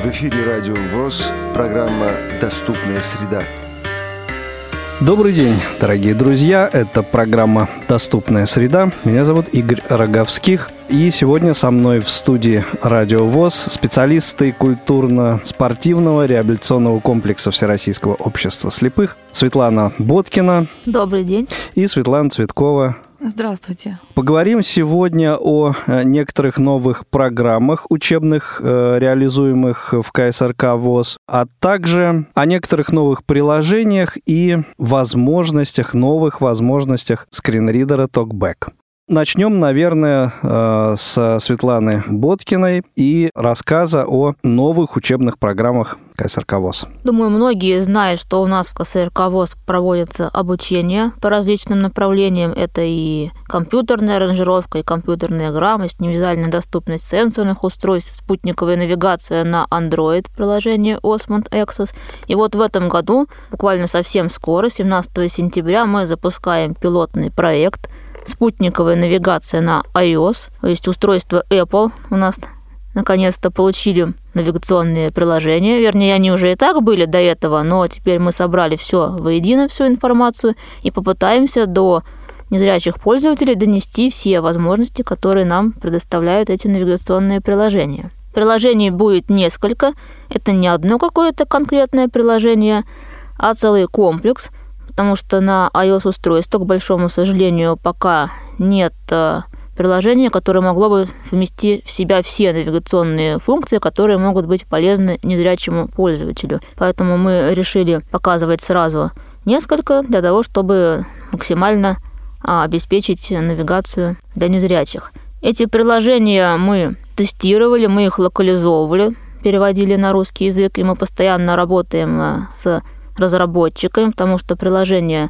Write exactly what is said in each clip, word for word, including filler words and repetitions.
В эфире Радио ВОС, программа «Доступная среда». Добрый день, дорогие друзья. Это программа «Доступная среда». Меня зовут Игорь Роговских. И сегодня со мной в студии Радио ВОС специалисты культурно-спортивного реабилитационного комплекса Всероссийского общества слепых Светлана Боткина. Добрый день. И Светлана Цветкова. Здравствуйте. Поговорим сегодня о некоторых новых программах учебных, реализуемых в ка эс эр ка ВОС, а также о некоторых новых приложениях и возможностях, новых возможностях скринридера TalkBack. Начнем, наверное, с Светланы Боткиной и рассказа о новых учебных программах ка эс эр ка ВОС. Думаю, многие знают, что у нас в ка эс эр ка ВОС проводится обучение по различным направлениям. Это и компьютерная аранжировка, и компьютерная грамотность, невизуальная доступность сенсорных устройств, спутниковая навигация на Android, приложение Osmond Access. И вот в этом году, буквально совсем скоро, семнадцатого сентября, мы запускаем пилотный проект «Спутниковая навигация на iOS», то есть устройство Apple у нас наконец-то получили навигационные приложения. Вернее, они уже и так были до этого, но теперь мы собрали все воедино, всю информацию, и попытаемся до незрячих пользователей донести все возможности, которые нам предоставляют эти навигационные приложения. Приложений будет несколько. Это не одно какое-то конкретное приложение, а целый комплекс, потому что на iOS-устройствах, к большому сожалению, пока нет приложения, которое могло бы вместить в себя все навигационные функции, которые могут быть полезны незрячему пользователю. Поэтому мы решили показывать сразу несколько для того, чтобы максимально обеспечить навигацию для незрячих. Эти приложения мы тестировали, мы их локализовывали, переводили на русский язык, и мы постоянно работаем с разработчиками, потому что приложения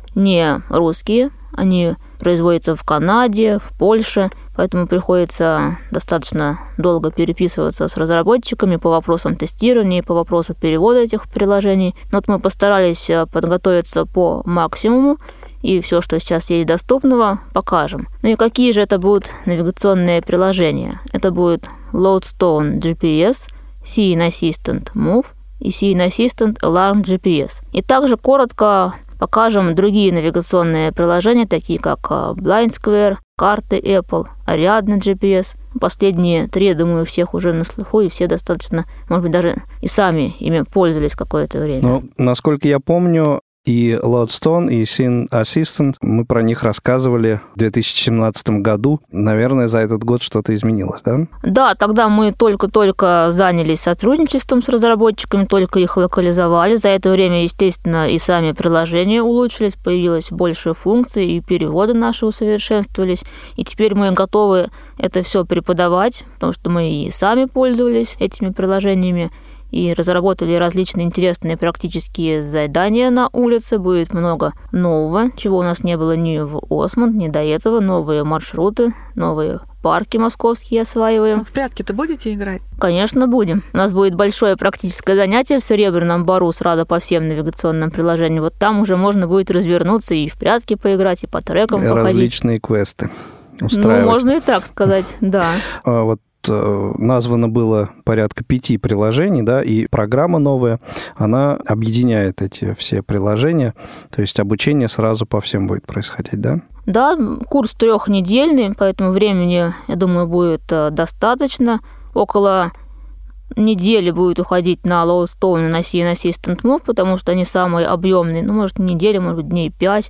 не русские, они производятся в Канаде, в Польше, поэтому приходится достаточно долго переписываться с разработчиками по вопросам тестирования и по вопросам перевода этих приложений. Но вот мы постарались подготовиться по максимуму, и все, что сейчас есть доступного, покажем. Ну и какие же это будут навигационные приложения? Это будет Lodestone джи пи эс, Seeing Assistant Move и Seeing Assistant Alarm джи пи эс. И также коротко покажем другие навигационные приложения, такие как Blind Square, карты Apple, Ariadne джи пи эс. Последние три, думаю, у всех уже на слуху, и все достаточно, может быть, даже и сами ими пользовались какое-то время. Ну, насколько я помню, и Lodestone, и Seeing Assistant, мы про них рассказывали в две тысячи семнадцатом году. Наверное, за этот год что-то изменилось, да? Да, тогда мы только-только занялись сотрудничеством с разработчиками, только их локализовали. За это время, естественно, и сами приложения улучшились, появилось больше функций, и переводы наши усовершенствовались. И теперь мы готовы это все преподавать, потому что мы и сами пользовались этими приложениями, и разработали различные интересные практические задания на улице. Будет много нового, чего у нас не было ни в Osmond, ни до этого. Новые маршруты, новые парки московские осваиваем. А в прятки-то будете играть? Конечно, будем. У нас будет большое практическое занятие в Серебряном Бару сразу по всем навигационным приложениям. Вот там уже можно будет развернуться и в прятки поиграть, и по трекам и походить. Различные квесты устраивать. Ну, можно и так сказать, да. А вот названо было порядка пяти приложений, да, и программа новая, она объединяет эти все приложения, то есть обучение сразу по всем будет происходить, да? Да, курс трехнедельный, поэтому времени, я думаю, будет достаточно. Около недели будет уходить на Lodestone и на Seeing Assistant Move, потому что они самые объемные, ну, может, неделю, может быть, дней пять.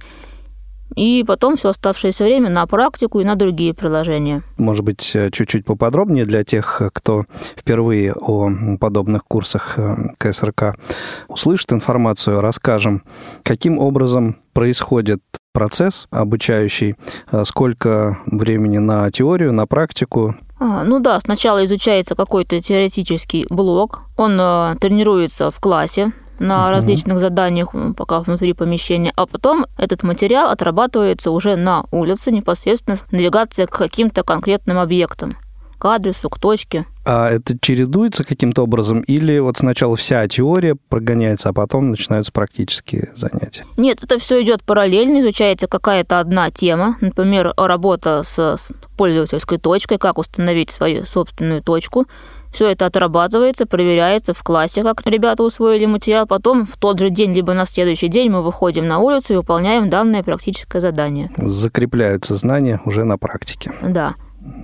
И потом все оставшееся время на практику и на другие приложения. Может быть, чуть-чуть поподробнее для тех, кто впервые о подобных курсах ка эс эр ка услышит информацию, расскажем, каким образом происходит процесс обучающий, сколько времени на теорию, на практику. А, ну да, сначала изучается какой-то теоретический блок, он э, тренируется в классе на uh-huh. различных заданиях, пока внутри помещения, а потом этот материал отрабатывается уже на улице, непосредственно навигация к каким-то конкретным объектам, к адресу, к точке. А это чередуется каким-то образом, или вот сначала вся теория прогоняется, а потом начинаются практические занятия? Нет, это все идет параллельно, изучается какая-то одна тема, например, работа с пользовательской точкой, как установить свою собственную точку. Все это отрабатывается, проверяется в классе, как ребята усвоили материал. Потом в тот же день, либо на следующий день мы выходим на улицу и выполняем данное практическое задание. Закрепляются знания уже на практике. Да.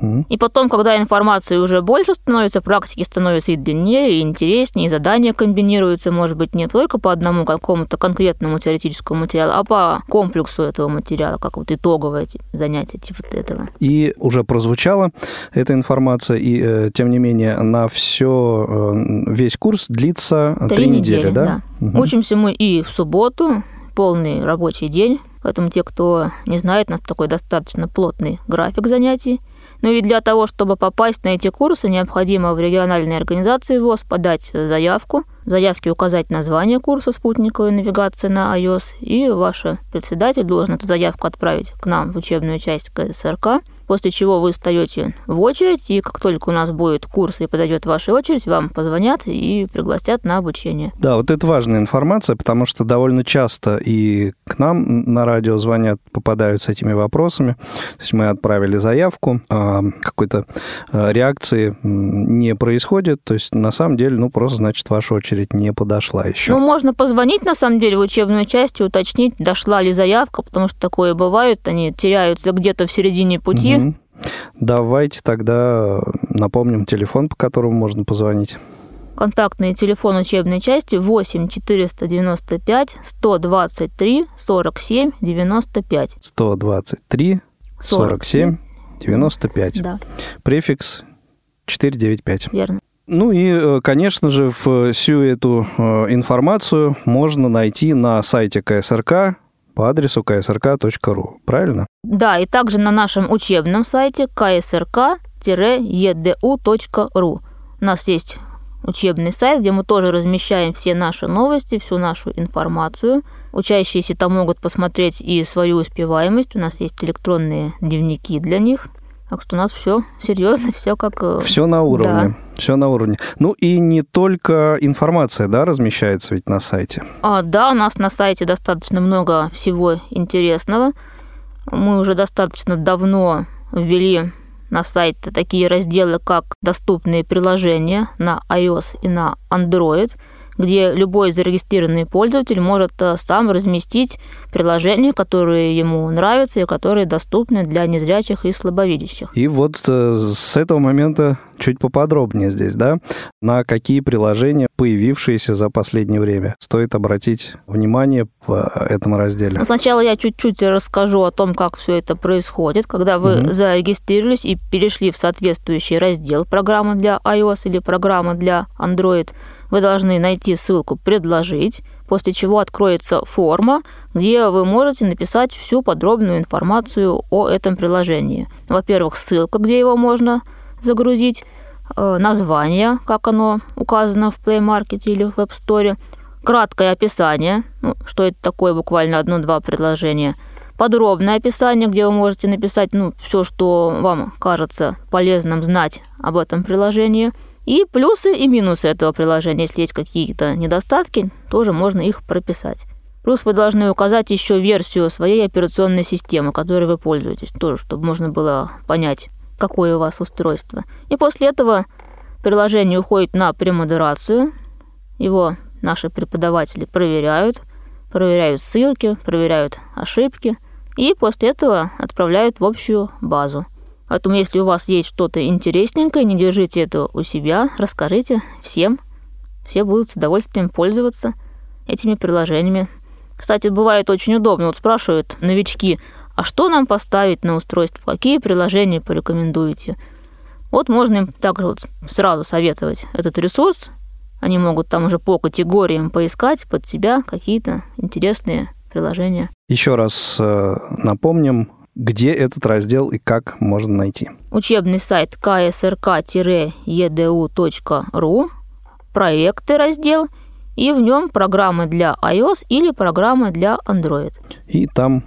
И потом, когда информации уже больше становится, практики становятся и длиннее, и интереснее, и задания комбинируются, может быть, не только по одному какому-то конкретному теоретическому материалу, а по комплексу этого материала, как вот итоговое занятие типа этого. И уже прозвучала эта информация, и, э, тем не менее, на все, э, весь курс длится три, три недели, недели, да? да. Угу. Учимся мы и в субботу, полный рабочий день, поэтому те, кто не знает, у нас такой достаточно плотный график занятий. Ну и для того, чтобы попасть на эти курсы, необходимо в региональной организации ВОС подать заявку, в заявке указать название курса «Спутниковая навигация на iOS», и ваш председатель должен эту заявку отправить к нам в учебную часть ка эс эр ка, после чего вы встаете в очередь, и как только у нас будет курс и подойдет ваша очередь, вам позвонят и пригласят на обучение. Да, вот это важная информация, потому что довольно часто и к нам на радио звонят, попадают с этими вопросами. То есть мы отправили заявку, а какой-то реакции не происходит, то есть на самом деле, ну, просто, значит, ваша очередь не подошла еще. Ну, можно позвонить, на самом деле, в учебную часть и уточнить, дошла ли заявка, потому что такое бывает, они теряются где-то в середине пути. Угу. Давайте тогда напомним телефон, по которому можно позвонить. Контактный телефон учебной части восемь четыреста девяносто пять сто двадцать три сорок семь девяносто пять. сто двадцать три сорок семь девяносто пять. Да. Префикс четыреста девяносто пять. Верно. Ну и, конечно же, всю эту информацию можно найти на сайте ка эс эр ка по адресу ка эс эр ка точка ру, правильно? Да, и также на нашем учебном сайте ка эс эр ка е д у точка ру. У нас есть учебный сайт, где мы тоже размещаем все наши новости, всю нашу информацию. Учащиеся там могут посмотреть и свою успеваемость. У нас есть электронные дневники для них. Так что у нас все серьезно, все как... Все на уровне, да. Все на уровне. Ну и не только информация, да, размещается ведь на сайте? А, да, у нас на сайте достаточно много всего интересного. Мы уже достаточно давно ввели на сайт такие разделы, как доступные приложения на iOS и на Android, где любой зарегистрированный пользователь может сам разместить приложения, которые ему нравятся и которые доступны для незрячих и слабовидящих. И вот с этого момента чуть поподробнее здесь, да, на какие приложения, появившиеся за последнее время, стоит обратить внимание в этом разделе. Сначала я чуть-чуть расскажу о том, как все это происходит. Когда вы угу. зарегистрировались и перешли в соответствующий раздел программы для iOS или программа для Android, вы должны найти ссылку «Предложить», после чего откроется форма, где вы можете написать всю подробную информацию о этом приложении. Во-первых, ссылка, где его можно загрузить, название, как оно указано в Play Market или в App Store, краткое описание, ну, что это такое, буквально одно-два предложения, подробное описание, где вы можете написать ну, все, что вам кажется полезным знать об этом приложении, и плюсы и минусы этого приложения. Если есть какие-то недостатки, тоже можно их прописать. Плюс вы должны указать еще версию своей операционной системы, которой вы пользуетесь, тоже, чтобы можно было понять, какое у вас устройство. И после этого приложение уходит на премодерацию. Его наши преподаватели проверяют, проверяют ссылки, проверяют ошибки, и после этого отправляют в общую базу. Поэтому, если у вас есть что-то интересненькое, не держите это у себя, расскажите всем. Все будут с удовольствием пользоваться этими приложениями. Кстати, бывает очень удобно. Вот спрашивают новички, а что нам поставить на устройство? Какие приложения порекомендуете? Вот можно им также вот сразу советовать этот ресурс. Они могут там уже по категориям поискать под себя какие-то интересные приложения. Еще раз э, напомним, где этот раздел и как можно найти. Учебный сайт ка эс эр ка е д у точка ру, проекты раздел, и в нем программы для iOS или программы для Android. И там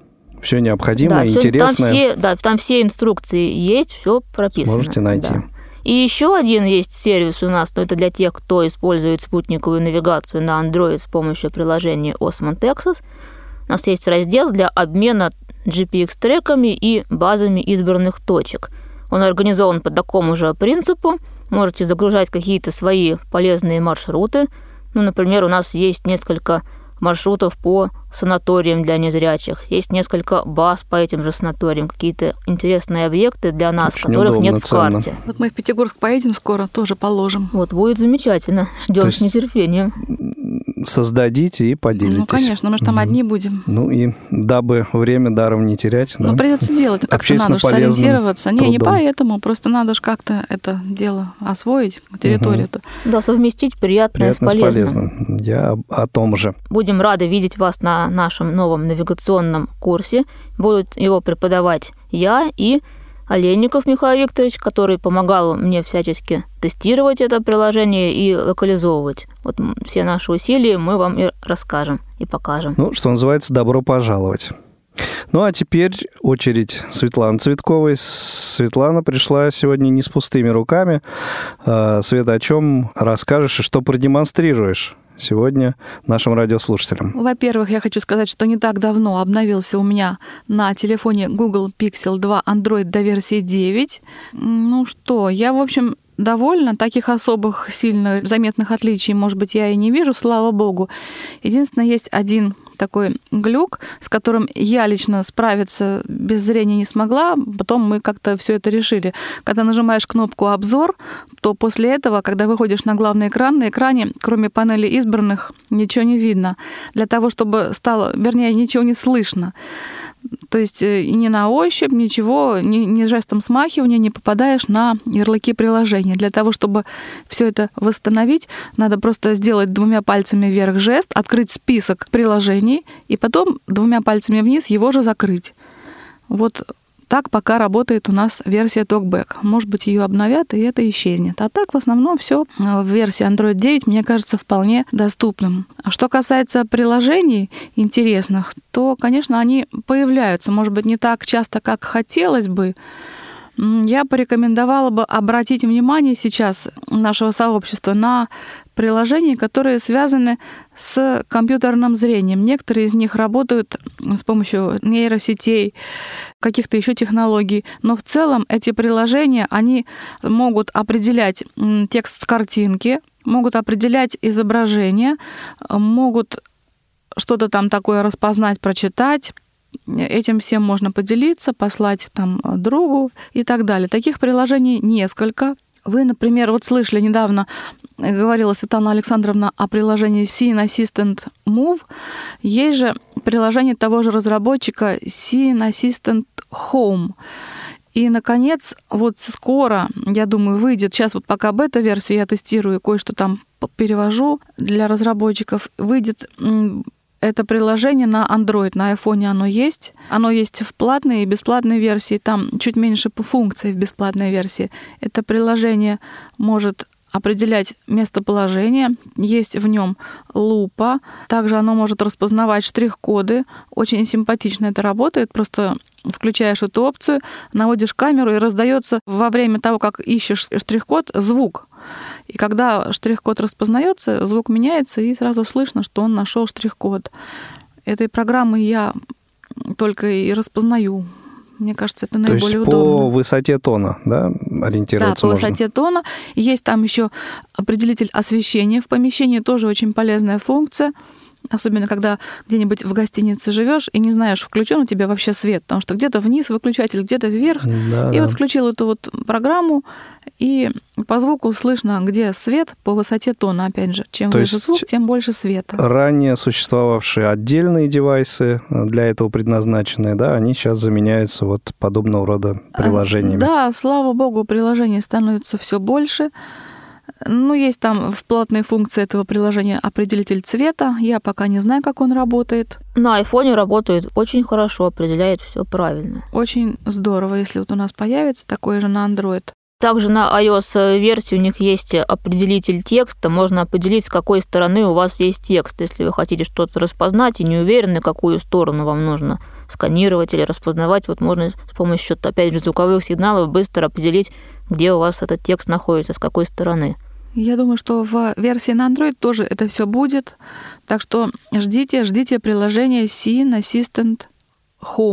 все необходимое, да, интересное. Там все, да, там все инструкции есть, все прописано. Можете найти. Да. И еще один есть сервис у нас, но это для тех, кто использует спутниковую навигацию на Android с помощью приложения Osmon Texas. У нас есть раздел для обмена джи пи экс-треками и базами избранных точек. Он организован по такому же принципу. можете загружать какие-то свои полезные маршруты. Ну, например, у нас есть несколько маршрутов по санаториям для незрячих, есть несколько баз по этим же санаториям, какие-то интересные объекты для нас, Очень которых удобно, нет в ценно. карте. Вот мы в Пятигорск поедем скоро, тоже положим. Вот, будет замечательно. Ждем То с есть нетерпением. Создадите и поделитесь. Ну, конечно, мы же там Мгм. одни будем. Ну и дабы время даром не терять, Ну, да? придется делать, как-то Общественно надо же полезным сориентироваться. Не, не трудом. поэтому, просто надо же как-то это дело освоить, территорию-то. Да, совместить приятное Приятно с с полезным. полезным. Я о, о том же. Будем рады видеть вас на нашем новом навигационном курсе. Будут его преподавать я и Олейников Михаил Викторович, который помогал мне всячески тестировать это приложение и локализовывать. Вот м, все наши усилия мы вам и расскажем, и покажем. Ну, что называется, добро пожаловать. Ну, а теперь очередь Светланы Цветковой. Светлана пришла сегодня не с пустыми руками. А, Света, о чем расскажешь и что продемонстрируешь сегодня нашим радиослушателям? Во-первых, я хочу сказать, что не так давно обновился у меня на телефоне Google Pixel два Android до версии девять. Ну что, я, в общем, довольна. Таких особых сильно заметных отличий, может быть, я и не вижу, слава богу. Единственное, есть один такой глюк, с которым я лично справиться без зрения не смогла. Потом мы как-то все это решили. Когда нажимаешь кнопку «Обзор», то после этого, когда выходишь на главный экран, на экране, кроме панели избранных, ничего не видно. Для того, чтобы стало, вернее, ничего не слышно. То есть и ни на ощупь, ничего, ни, ни жестом смахивания не попадаешь на ярлыки приложения. Для того, чтобы все это восстановить, надо просто сделать двумя пальцами вверх жест, открыть список приложений и потом двумя пальцами вниз его же закрыть. Вот так пока работает у нас версия TalkBack. Может быть, ее обновят, и это исчезнет. А так, в основном, все в версии Android девять, мне кажется, вполне доступным. А что касается приложений интересных, то, конечно, они появляются, может быть, не так часто, как хотелось бы. Я порекомендовала бы обратить внимание сейчас нашего сообщества на приложения, которые связаны с компьютерным зрением. Некоторые из них работают с помощью нейросетей, каких-то еще технологий, но в целом эти приложения, они могут определять текст с картинки, могут определять изображение, могут что-то там такое распознать, прочитать. Этим всем можно поделиться, послать там другу и так далее. Таких приложений несколько. Вы, например, вот слышали недавно, говорила Светлана Александровна о приложении Scene Assistant Move. Есть же приложение того же разработчика Scene Assistant Home. И, наконец, вот скоро, я думаю, выйдет, сейчас вот пока бета-версию я тестирую, кое-что там перевожу для разработчиков, выйдет это приложение на Android, на iPhone оно есть. Оно есть в платной и бесплатной версии. Там чуть меньше функций в бесплатной версии. Это приложение может определять местоположение. Есть в нем лупа. Также оно может распознавать штрих-коды. Очень симпатично это работает. Просто включаешь эту опцию, наводишь камеру, и раздается во время того, как ищешь штрих-код, звук. И когда штрих-код распознается, звук меняется, и сразу слышно, что он нашел штрих-код. Этой программы я только и распознаю. Мне кажется, это наиболее удобно. То есть по высоте тона, да, ориентироваться можно? Да, по можно? высоте тона. Есть там еще определитель освещения в помещении, тоже очень полезная функция. Особенно, когда где-нибудь в гостинице живешь и не знаешь, включен у тебя вообще свет, потому что где-то вниз выключатель, где-то вверх. Да, и да. вот включил эту вот программу, и по звуку слышно, где свет по высоте тона, опять же. Чем То выше есть звук, тем больше света. Ранее существовавшие отдельные девайсы для этого предназначенные, да, они сейчас заменяются вот подобного рода приложениями. Да, слава богу, приложений становится все больше. Ну, есть там в платной функции этого приложения определитель цвета. Я пока не знаю, как он работает. На айфоне работает очень хорошо, определяет все правильно. Очень здорово, если вот у нас появится такой же на Android. Также на iOS-версии у них есть определитель текста. Можно определить, с какой стороны у вас есть текст. Если вы хотите что-то распознать и не уверены, какую сторону вам нужно сканировать или распознавать, вот можно с помощью, опять же, звуковых сигналов быстро определить, где у вас этот текст находится, с какой стороны. Я думаю, что в версии на Android тоже это все будет. Так что ждите, ждите приложение Scene Assistant Home.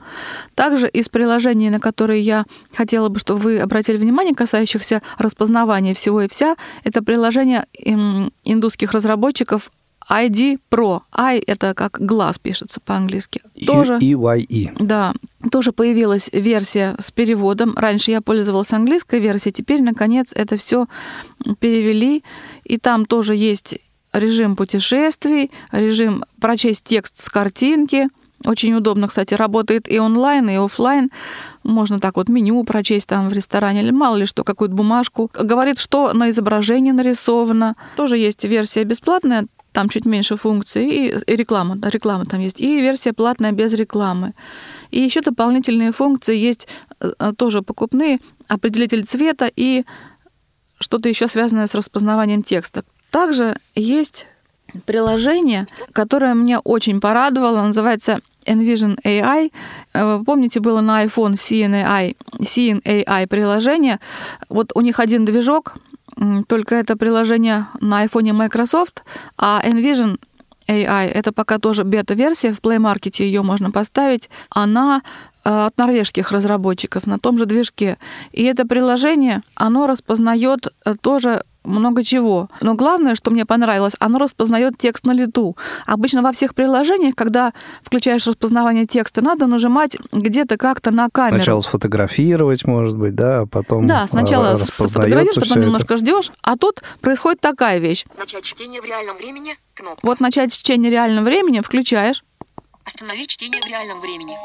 Также из приложений, на которые я хотела бы, чтобы вы обратили внимание, касающихся распознавания всего и вся, это приложение индусских разработчиков ай ди Pro. I — это как глаз пишется по-английски. Тоже, и уай и. Да, тоже появилась версия с переводом. Раньше я пользовалась английской версией, теперь, наконец, это все перевели. И там тоже есть режим путешествий, режим прочесть текст с картинки. Очень удобно, кстати, работает и онлайн, и офлайн. Можно так вот меню прочесть там в ресторане или мало ли что, какую-то бумажку. Говорит, что на изображении нарисовано. Тоже есть версия бесплатная, там чуть меньше функций, и, и реклама, реклама там есть, и версия платная без рекламы. И еще дополнительные функции есть тоже покупные, определитель цвета и что-то еще связанное с распознаванием текста. Также есть приложение, которое меня очень порадовало, называется Envision эй ай. Вы помните, было на iPhone Seeing эй ай, Seeing эй ай приложение. Вот у них один движок, только это приложение на айфоне Microsoft, а Envision эй ай — это пока тоже бета-версия, в Play Market ее можно поставить. Она от норвежских разработчиков на том же движке. И это приложение, оно распознает тоже много чего. Но главное, что мне понравилось, оно распознает текст на лету. Обычно во всех приложениях, когда включаешь распознавание текста, надо нажимать где-то как-то на камеру. Сначала сфотографировать, может быть, да, а потом Да, сначала сфотографируешь, потом немножко ждешь, а тут происходит такая вещь. Начать чтение в реальном времени. Кнопка. Вот начать чтение в реальном времени, включаешь. Остановить чтение в реальном времени.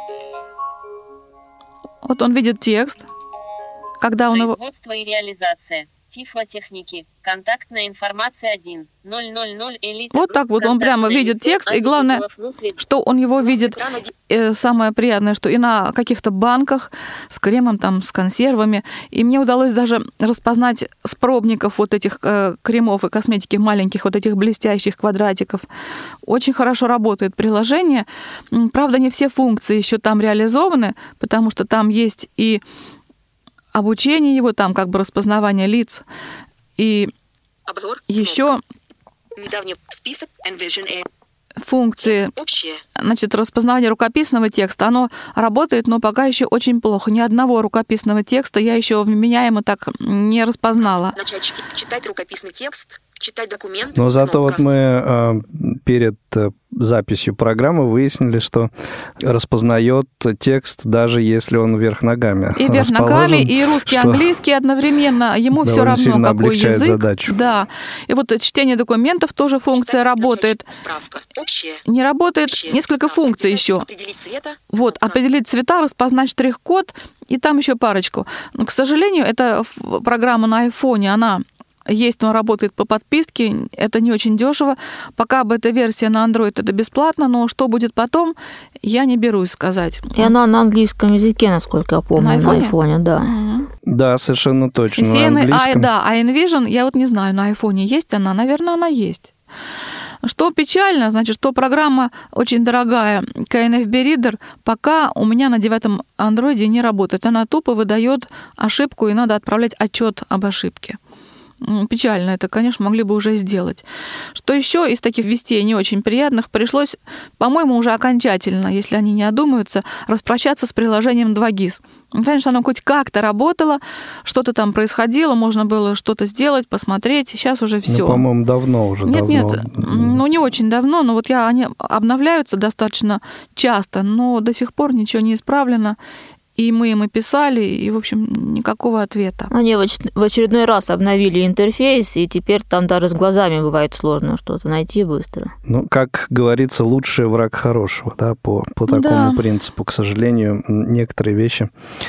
Вот он видит текст. Когда он его... Производство и реализация. Тифлотехники. Контактная информация один. ноль ноль ноль элита. Вот так вот он прямо видит текст, и главное, что он его видит. И самое приятное, что и на каких-то банках с кремом, там, с консервами. И мне удалось даже распознать с пробников вот этих э, кремов и косметики маленьких, вот этих блестящих квадратиков. Очень хорошо работает приложение. Правда, не все функции еще там реализованы, потому что там есть и обучение его, там как бы распознавание лиц. И обзор. Еще недавний список Envision эй ай. Функции, Общее. Значит, распознавание рукописного текста, оно работает, но пока еще очень плохо. Ни одного рукописного текста я еще вменяемо так не распознала. Начать читать рукописный текст, читать документ. Но зато кнопка. вот мы э, перед э, записью программы выяснили, что распознает текст, даже если он вверх ногами. И вверх ногами, и русский, и английский одновременно. Ему все равно, какой язык. Задачу. Да. И вот чтение документов тоже функция Читать, работает. Справка. Общее. Не работает Общее. несколько Справка. функций Писать, еще. Определить цвета. Вот, Кнопка. определить цвета, распознать штрих-код, и там еще парочку. Но, к сожалению, эта программа на айфоне, она есть, но работает по подписке, это не очень дешево. Пока бета-версия на Android это бесплатно, но что будет потом, я не берусь сказать. И она на английском языке, насколько я помню, На на айфоне? айфоне, да. Мгм. Да, совершенно точно. си эн эй ай, На английском. да, а Envision, я вот не знаю, на айфоне есть она? Наверное, она есть. Что печально, значит, что программа очень дорогая, кей эн эф би Reader, пока у меня на девятом андроиде не работает. Она тупо выдает ошибку, и надо отправлять отчет об ошибке. Печально это, конечно, могли бы уже сделать. Что еще из таких вестей не очень приятных? Пришлось, по-моему, уже окончательно, если они не одумаются, распрощаться с приложением два гис. Раньше оно хоть как-то работало, что-то там происходило, можно было что-то сделать, посмотреть. Сейчас уже все. Ну, по-моему, давно уже. Нет, давно. нет, ну не очень давно, но вот я, они обновляются достаточно часто, но до сих пор ничего не исправлено. И мы им и писали, и, в общем, никакого ответа. Они в очередной раз обновили интерфейс, и теперь там даже с глазами бывает сложно что-то найти быстро. Ну, как говорится, лучший враг хорошего, да, по, по такому Да. принципу. К сожалению, некоторые вещи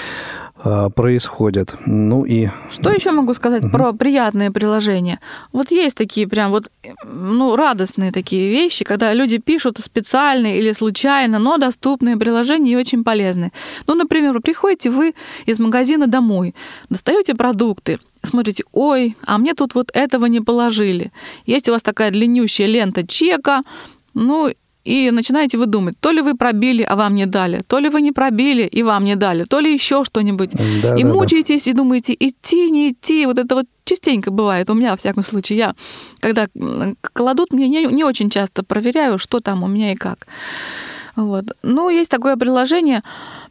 а, происходят. Ну и... Что еще могу сказать Мгм. про приятные приложения? Вот есть такие прям вот, ну, радостные такие вещи, когда люди пишут специально или случайно, но доступные приложения и очень полезные. Ну, например, вы приходите вы из магазина домой, достаете продукты, смотрите, ой, а мне тут вот этого не положили. Есть у вас такая длиннющая лента чека, ну, и начинаете вы думать, то ли вы пробили, а вам не дали, то ли вы не пробили, и вам не дали, то ли еще что-нибудь. Да, И да, да. мучаетесь, и думаете, идти, не идти. Вот это вот частенько бывает у меня, во всяком случае. Я, когда кладут, мне не, не очень часто проверяю, что там у меня и как. Вот. Ну, есть такое приложение,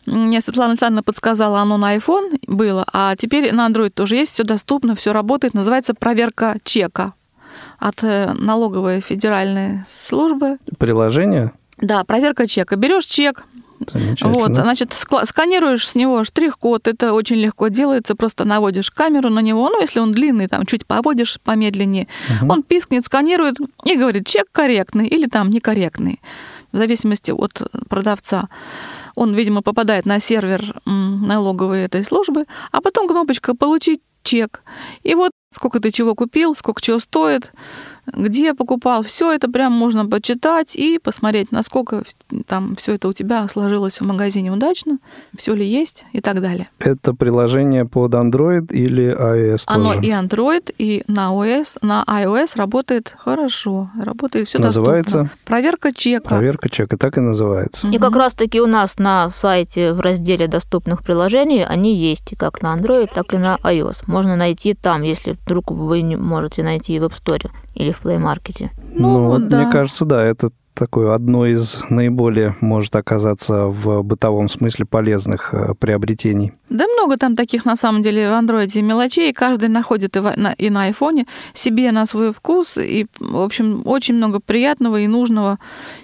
Мне Светлана Александровна подсказала, оно на iPhone было, а теперь на Android тоже есть, все доступно, все работает. Называется «Проверка чека» от налоговой федеральной службы. Приложение? Да, проверка чека. Берешь чек, вот, значит, сканируешь с него штрих-код, это очень легко делается, просто наводишь камеру на него, ну, если он длинный, там, чуть поводишь помедленнее, угу. Он пискнет, сканирует и говорит, чек корректный или там некорректный, в зависимости от продавца. Он, видимо, попадает на сервер налоговой этой службы, а потом кнопочка «Получить чек». И вот сколько ты чего купил, сколько чего стоит, где покупал, все это прям можно почитать и посмотреть, насколько там все это у тебя сложилось в магазине удачно, все ли есть и так далее. Это приложение под Android или iOS Оно тоже? и Android, и на iOS, на iOS работает хорошо, работает все называется? Доступно. Проверка чека. Проверка чека, так и называется. И как раз-таки у нас на сайте в разделе доступных приложений они есть как на Android, так и на iOS. Можно найти там, если вдруг вы не можете найти в App Store или в Play Market. Ну, ну вот, да. Мне кажется, да, это такое одно из наиболее, может оказаться в бытовом смысле полезных приобретений. Да много там таких, на самом деле, в Андроиде мелочей. Каждый находит и, в, на, и на айфоне себе на свой вкус. И, в общем, очень много приятного и нужного.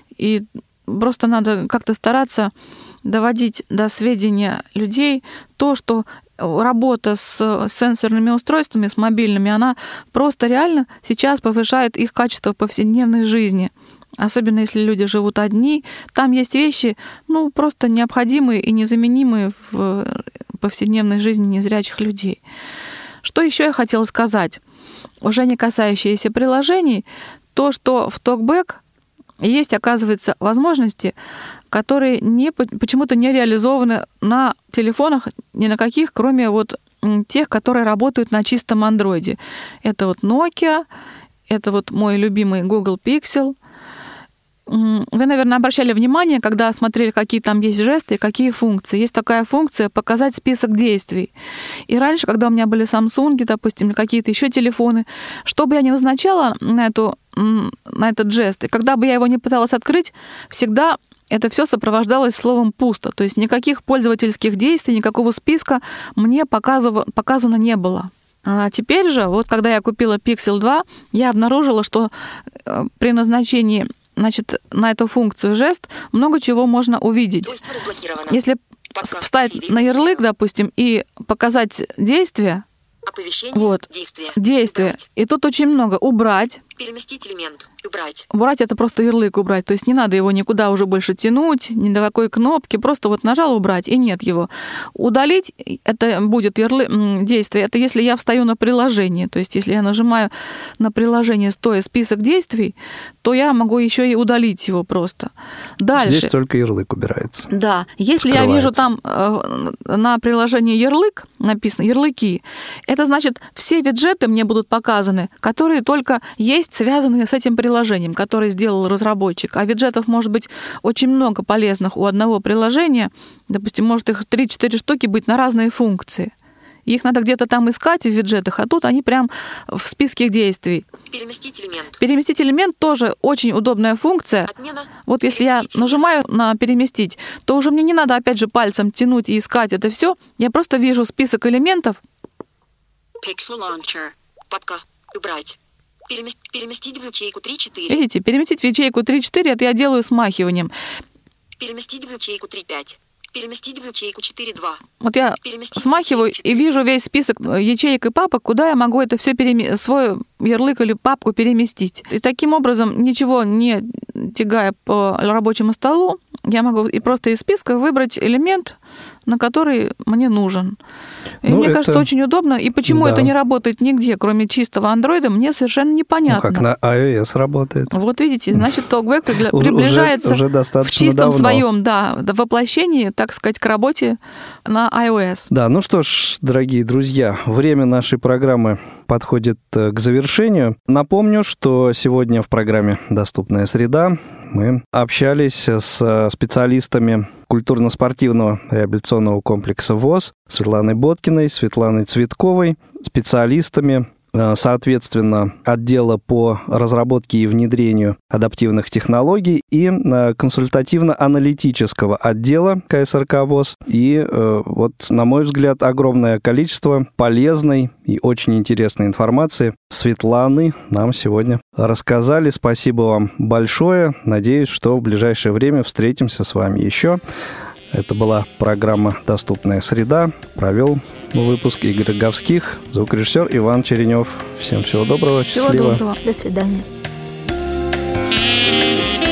И просто надо как-то стараться доводить до сведения людей то, что работа с сенсорными устройствами, с мобильными, она просто реально сейчас повышает их качество в повседневной жизни. Особенно если люди живут одни. Там есть вещи, ну, просто необходимые и незаменимые в повседневной жизни незрячих людей. Что еще я хотела сказать? Уже не касающиеся приложений, то, что в TalkBack есть, оказывается, возможности, которые не, почему-то не реализованы на телефонах ни на каких, кроме вот тех, которые работают на чистом андроиде. Это вот Nokia, это вот мой любимый Google Pixel. Вы, наверное, обращали внимание, когда смотрели, какие там есть жесты и какие функции. Есть такая функция «Показать список действий». И раньше, когда у меня были Samsung, допустим, какие-то еще телефоны, что бы я ни назначала на, эту, на этот жест, и когда бы я его не пыталась открыть, всегда это все сопровождалось словом «пусто». То есть никаких пользовательских действий, никакого списка мне показано, показано не было. А теперь же, вот когда я купила Pixel два, я обнаружила, что при назначении, значит, на эту функцию жест много чего можно увидеть. Если вставить на ярлык, допустим, и показать действие, оповещение, вот, действие, действие. И тут очень много. Убрать. Переместить элемент. Убрать. Убрать — это просто ярлык убрать. То есть не надо его никуда уже больше тянуть, ни до какой кнопки. Просто вот нажал убрать, и нет его. Удалить — это будет ярлык, действие. Это если я встаю на приложение. То есть если я нажимаю на приложение, стоя список действий, то я могу еще и удалить его просто. Дальше. Здесь только ярлык убирается. Да. Если я вижу там э, на приложении ярлык, написано ярлыки, это значит, все виджеты мне будут показаны, которые только есть, связанные с этим приложением, которое сделал разработчик. А виджетов может быть очень много полезных у одного приложения. Допустим, может их три-четыре штуки быть на разные функции. Их надо где-то там искать в виджетах, а тут они прям в списке действий. Переместить элемент. Переместить элемент тоже очень удобная функция. Отмена. Вот если я нажимаю на «переместить», то уже мне не надо опять же пальцем тянуть и искать это все. Я просто вижу список элементов. Pixel Launcher. Папка. Убрать. Переместить, переместить в ячейку три-четыре. Видите, переместить в ячейку три-четыре, это я делаю смахиванием. Переместить в ячейку три-пять. Переместить в ячейку четыре-два. Вот я смахиваю и вижу весь список ячеек и папок, куда я могу это все переме... свой ярлык или папку переместить. И таким образом, ничего не тягая по рабочему столу, я могу и просто из списка выбрать элемент, на который мне нужен. И ну, мне это... кажется, очень удобно. И почему да. это не работает нигде, кроме чистого андроида, мне совершенно непонятно. Ну, как на iOS работает. Вот видите, значит, TalkBack приближается уже, уже в чистом давно. своем да, воплощении, так сказать, к работе на iOS. Да, ну что ж, дорогие друзья, время нашей программы подходит к завершению. Напомню, что сегодня в программе «Доступная среда» мы общались с специалистами культурно-спортивного реабилитационного комплекса ВОС Светланой Боткиной, Светланой Цветковой, специалистами соответственно, отдела по разработке и внедрению адаптивных технологий и консультативно-аналитического отдела ка эс эр ка ВОС. И вот, на мой взгляд, огромное количество полезной и очень интересной информации Светланы нам сегодня рассказали. Спасибо вам большое. Надеюсь, что в ближайшее время встретимся с вами еще. Это была программа «Доступная среда». Провел выпуск Игорь Роговских, звукорежиссер Иван Черенев. Всем всего доброго, всего счастливо. Доброго. До свидания.